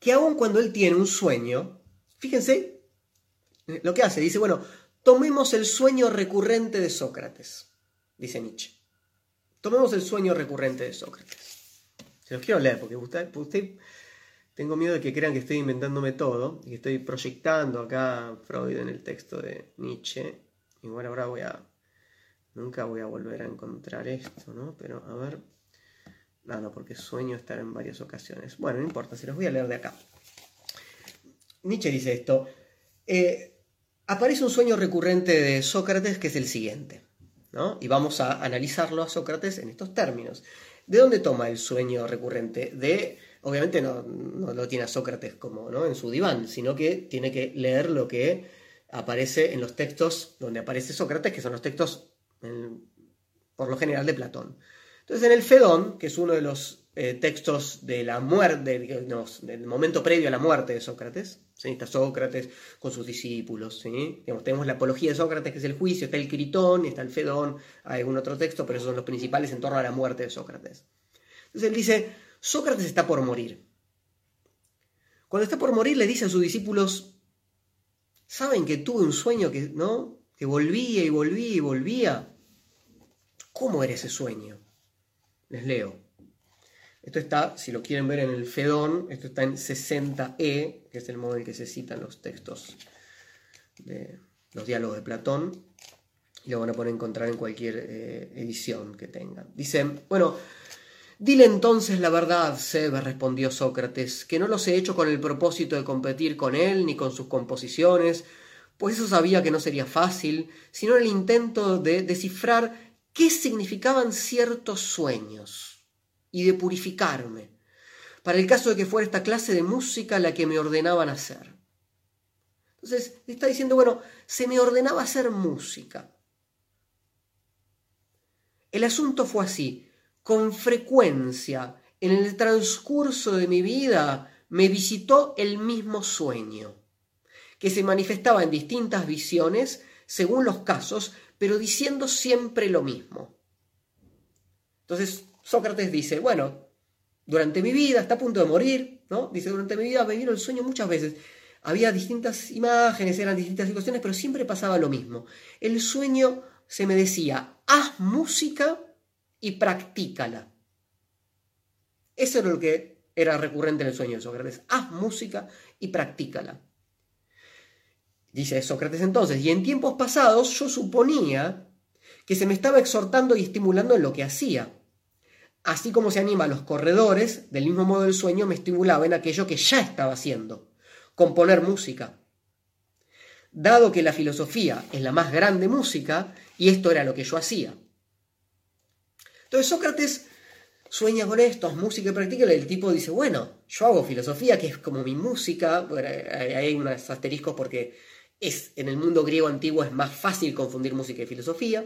que aun cuando él tiene un sueño, fíjense lo que hace, dice, bueno, tomemos el sueño recurrente de Sócrates, dice Nietzsche. Tomemos el sueño recurrente de Sócrates. Se los quiero leer porque usted, usted tengo miedo de que crean que estoy inventándome todo y que estoy proyectando acá a Freud en el texto de Nietzsche. Igual ahora voy a... Nunca voy a volver a encontrar esto, ¿no? Pero a ver... No, no, porque sueño estar en varias ocasiones. Bueno, no importa, se los voy a leer de acá. Nietzsche dice esto. Eh, aparece un sueño recurrente de Sócrates que es el siguiente, ¿no? Y vamos a analizarlo a Sócrates en estos términos. ¿De dónde toma el sueño recurrente? De, obviamente no, no lo tiene a Sócrates como, ¿no?, en su diván, sino que tiene que leer lo que aparece en los textos donde aparece Sócrates, que son los textos, en, por lo general, de Platón. Entonces, en el Fedón, que es uno de los eh, textos de la muerte, digamos, del momento previo a la muerte de Sócrates, ¿sí? Está Sócrates con sus discípulos, ¿sí? Digamos, tenemos la apología de Sócrates, que es el juicio, está el Critón, está el Fedón, hay algún otro texto, pero esos son los principales en torno a la muerte de Sócrates. Entonces él dice, Sócrates está por morir. Cuando está por morir le dice a sus discípulos, ¿saben que tuve un sueño que, ¿no?, que volvía y volvía y volvía? ¿Cómo era ese sueño? Les leo. Esto está, si lo quieren ver en el Fedón, esto está en sesenta e, que es el modo en que se citan los textos de los diálogos de Platón, y lo van a poder encontrar en cualquier eh, edición que tengan. Dice, bueno, dile entonces la verdad, Sebe, respondió Sócrates, que no los he hecho con el propósito de competir con él ni con sus composiciones, pues eso sabía que no sería fácil, sino el intento de descifrar qué significaban ciertos sueños y de purificarme, para el caso de que fuera esta clase de música la que me ordenaban hacer. Entonces, está diciendo, bueno, se me ordenaba hacer música. El asunto fue así. Con frecuencia, en el transcurso de mi vida, me visitó el mismo sueño, que se manifestaba en distintas visiones, según los casos, pero diciendo siempre lo mismo. Entonces, Sócrates dice, bueno, durante mi vida, está a punto de morir, ¿no? Dice, durante mi vida me vino el sueño muchas veces. Había distintas imágenes, eran distintas situaciones, pero siempre pasaba lo mismo. El sueño se me decía, haz música y practícala. Eso era lo que era recurrente en el sueño de Sócrates. Haz música y practícala. Dice Sócrates entonces, y en tiempos pasados yo suponía que se me estaba exhortando y estimulando en lo que hacía. Así como se anima a los corredores, del mismo modo el sueño me estimulaba en aquello que ya estaba haciendo, componer música. Dado que la filosofía es la más grande música, y esto era lo que yo hacía. Entonces Sócrates sueña con esto, es música y practica, y el tipo dice, bueno, yo hago filosofía, que es como mi música. Bueno, hay unos asteriscos porque es, en el mundo griego antiguo es más fácil confundir música y filosofía.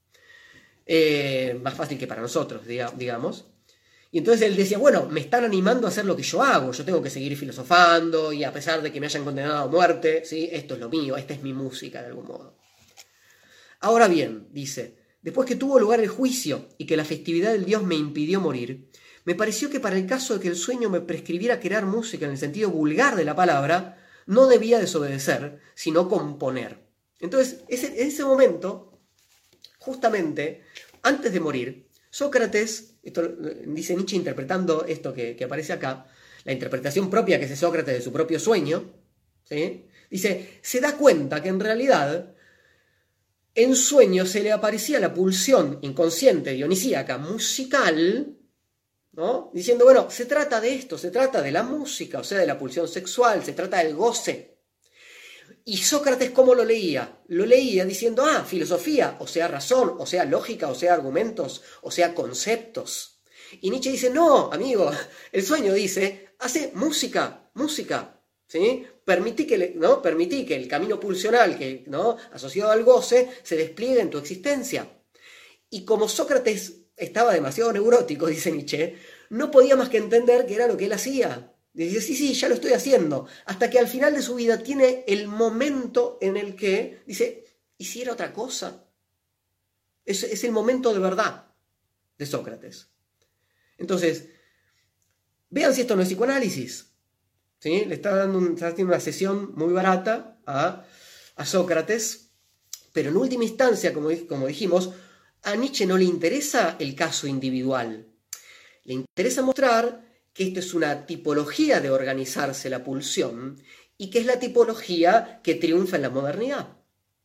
Eh, más fácil que para nosotros, digamos. Y entonces él decía, bueno, me están animando a hacer lo que yo hago, yo tengo que seguir filosofando, y a pesar de que me hayan condenado a muerte, ¿sí?, esto es lo mío, esta es mi música de algún modo. Ahora bien, dice, después que tuvo lugar el juicio y que la festividad del Dios me impidió morir, me pareció que para el caso de que el sueño me prescribiera crear música en el sentido vulgar de la palabra, no debía desobedecer, sino componer. Entonces, ese, en ese momento, justamente, antes de morir, Sócrates, esto dice Nietzsche interpretando esto que, que aparece acá, la interpretación propia que hace Sócrates de su propio sueño, ¿sí?, dice, se da cuenta que en realidad en sueño se le aparecía la pulsión inconsciente dionisíaca musical, ¿no?, diciendo, bueno, se trata de esto, se trata de la música, o sea, de la pulsión sexual, se trata del goce. Y Sócrates, ¿cómo lo leía? Lo leía diciendo, ah, filosofía, o sea, razón, o sea, lógica, o sea, argumentos, o sea, conceptos. Y Nietzsche dice, no, amigo, el sueño dice, hace música, música, ¿sí? Permití que, ¿no? Permití que el camino pulsional, que, ¿no?, asociado al goce, se despliegue en tu existencia. Y como Sócrates estaba demasiado neurótico, dice Nietzsche, no podía más que entender que era lo que él hacía. Dice, sí, sí, ya lo estoy haciendo. Hasta que al final de su vida tiene el momento en el que dice, ¿y si era otra cosa? Es, es el momento de verdad de Sócrates. Entonces, vean si esto no es psicoanálisis. ¿sí? Le está dando un, está haciendo una sesión muy barata a, a Sócrates, pero en última instancia, como, como dijimos, a Nietzsche no le interesa el caso individual. Le interesa mostrar que esto es una tipología de organizarse la pulsión y que es la tipología que triunfa en la modernidad.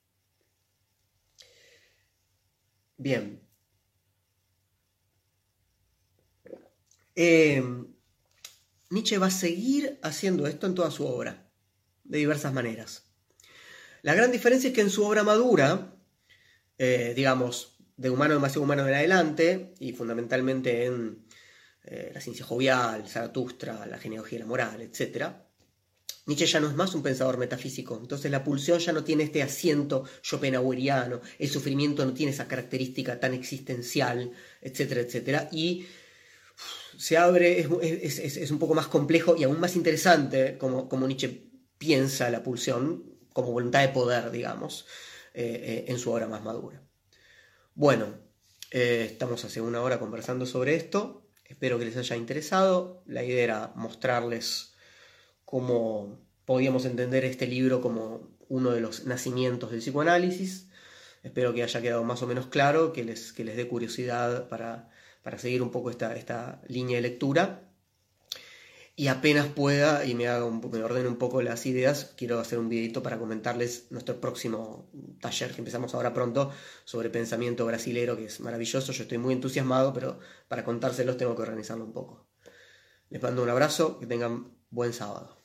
Bien. Eh, Nietzsche va a seguir haciendo esto en toda su obra, de diversas maneras. La gran diferencia es que en su obra madura, eh, digamos, de Humano demasiado humano en adelante, y fundamentalmente en eh, La ciencia jovial, Zaratustra, La genealogía y la moral, etcétera, Nietzsche ya no es más un pensador metafísico, entonces la pulsión ya no tiene este asiento schopenhaueriano, el sufrimiento no tiene esa característica tan existencial, etcétera, etcétera, y se abre, es, es, es un poco más complejo y aún más interesante como, como Nietzsche piensa la pulsión como voluntad de poder, digamos, eh, eh, en su obra más madura. Bueno, eh, estamos hace una hora conversando sobre esto, espero que les haya interesado. La idea era mostrarles cómo podíamos entender este libro como uno de los nacimientos del psicoanálisis. Espero que haya quedado más o menos claro, que les, que les dé curiosidad para, para seguir un poco esta, esta línea de lectura. Y apenas pueda y me, haga un, me ordene un poco las ideas, quiero hacer un videito para comentarles nuestro próximo taller que empezamos ahora pronto sobre pensamiento brasilero, que es maravilloso. Yo estoy muy entusiasmado, pero para contárselos tengo que organizarlo un poco. Les mando un abrazo, que tengan buen sábado.